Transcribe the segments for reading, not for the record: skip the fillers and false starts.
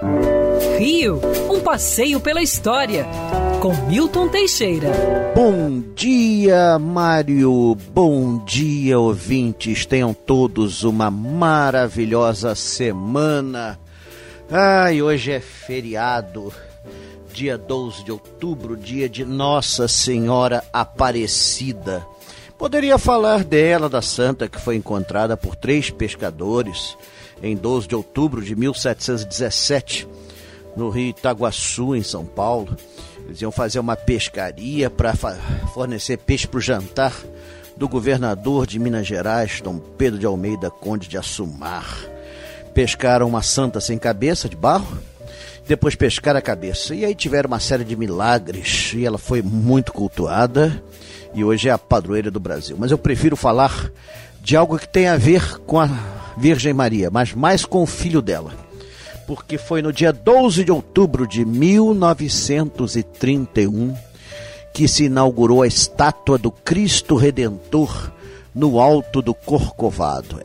Rio, um passeio pela história, com Milton Teixeira. Bom dia, Mário. Bom dia, ouvintes. Tenham todos uma maravilhosa semana. E hoje é feriado, dia 12 de outubro, dia de Nossa Senhora Aparecida. Poderia falar dela, da santa que foi encontrada por 3 pescadores em 12 de outubro de 1717, no Rio Itaguaçu, em São Paulo. Eles iam fazer uma pescaria para fornecer peixe para o jantar do governador de Minas Gerais, Dom Pedro de Almeida, conde de Assumar. Pescaram uma santa sem cabeça, de barro, depois pescaram a cabeça. E aí tiveram uma série de milagres, e ela foi muito cultuada, e hoje é a padroeira do Brasil. Mas eu prefiro falar de algo que tem a ver com a Virgem Maria, mas mais com o filho dela. Porque foi no dia 12 de outubro de 1931 que se inaugurou a estátua do Cristo Redentor no Alto do Corcovado.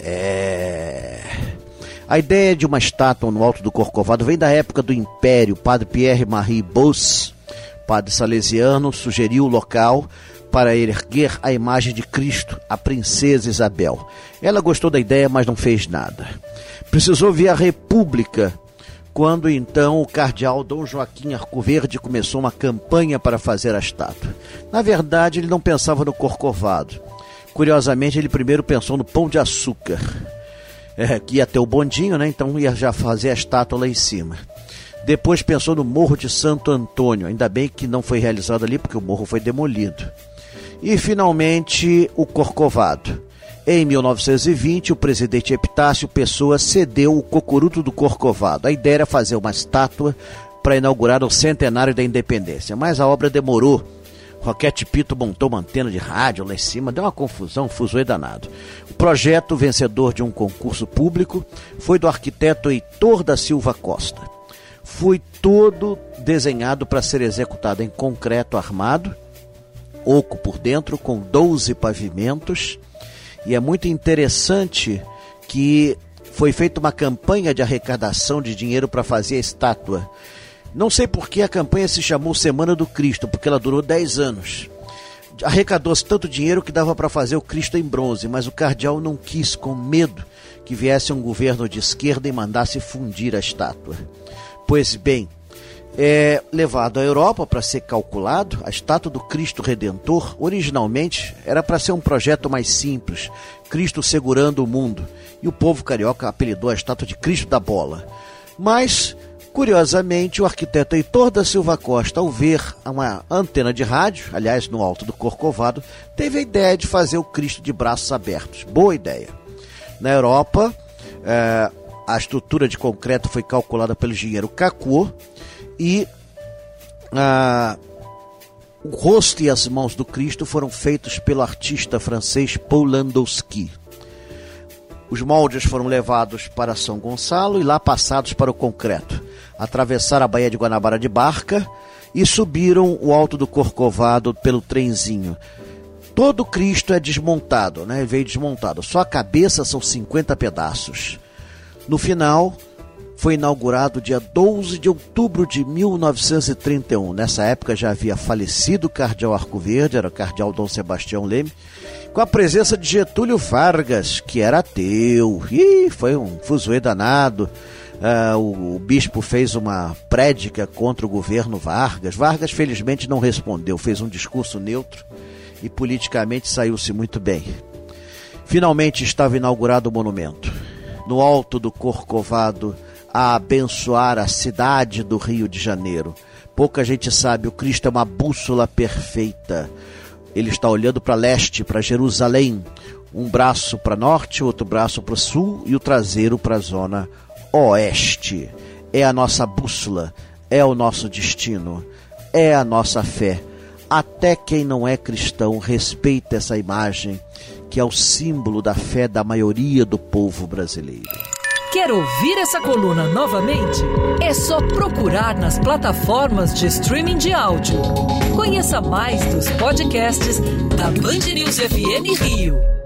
A ideia de uma estátua no Alto do Corcovado vem da época do Império. Padre Pierre-Marie Bos, padre salesiano, sugeriu o local para erguer a imagem de Cristo, a princesa Isabel. Ela gostou da ideia, mas não fez nada. Precisou vir a República, quando então o cardeal Dom Joaquim Arcoverde começou uma campanha para fazer a estátua. Na verdade, ele não pensava no Corcovado. Curiosamente, ele primeiro pensou no Pão de Açúcar, que ia ter o bondinho, né? Então ia já fazer a estátua lá em cima. Depois pensou no Morro de Santo Antônio, ainda bem que não foi realizado ali, porque o morro foi demolido. E finalmente o Corcovado. Em 1920, o presidente Epitácio Pessoa cedeu o cocuruto do Corcovado. A ideia era fazer uma estátua para inaugurar o centenário da independência, mas a obra demorou. Roquete Pinto montou uma antena de rádio lá em cima, deu uma confusão, um fuzuê danado. O projeto, vencedor de um concurso público, foi do arquiteto Heitor da Silva Costa. Foi todo desenhado para ser executado em concreto armado, oco por dentro, com 12 pavimentos. E é muito interessante que foi feita uma campanha de arrecadação de dinheiro para fazer a estátua. Não sei por que a campanha se chamou Semana do Cristo, porque ela durou 10 anos. Arrecadou-se tanto dinheiro que dava para fazer o Cristo em bronze, mas o cardeal não quis, com medo que viesse um governo de esquerda e mandasse fundir a estátua. Pois bem, levado à Europa para ser calculado, a estátua do Cristo Redentor, originalmente, era para ser um projeto mais simples, Cristo segurando o mundo, e o povo carioca apelidou a estátua de Cristo da Bola. Mas, curiosamente, o arquiteto Heitor da Silva Costa, ao ver uma antena de rádio, aliás, no Alto do Corcovado, teve a ideia de fazer o Cristo de braços abertos. Boa ideia. Na Europa, a estrutura de concreto foi calculada pelo engenheiro Cacuot, e o rosto e as mãos do Cristo foram feitos pelo artista francês Paul Landowski. Os moldes foram levados para São Gonçalo e lá passados para o concreto. Atravessaram a Baía de Guanabara de barca e subiram o Alto do Corcovado pelo trenzinho. Todo Cristo é desmontado, né? Ele veio desmontado. Só a cabeça são 50 pedaços. No final, foi inaugurado dia 12 de outubro de 1931. Nessa época já havia falecido o cardeal Arcoverde, era o cardeal Dom Sebastião Leme, com a presença de Getúlio Vargas, que era ateu. E foi um fuzuê danado. O bispo fez uma prédica contra o governo Vargas. Vargas, felizmente, não respondeu, fez um discurso neutro e politicamente saiu-se muito bem. Finalmente estava inaugurado o monumento, no Alto do Corcovado, a abençoar a cidade do Rio de Janeiro. Pouca gente sabe, o Cristo é uma bússola perfeita. Ele está olhando para leste, para Jerusalém, um braço para norte, outro braço para o sul e o traseiro para a zona oeste. É a nossa bússola, é o nosso destino, é a nossa fé. Até quem não é cristão respeita essa imagem, que é o símbolo da fé da maioria do povo brasileiro. Quer ouvir essa coluna novamente? É só procurar nas plataformas de streaming de áudio. Conheça mais dos podcasts da Band News FM Rio.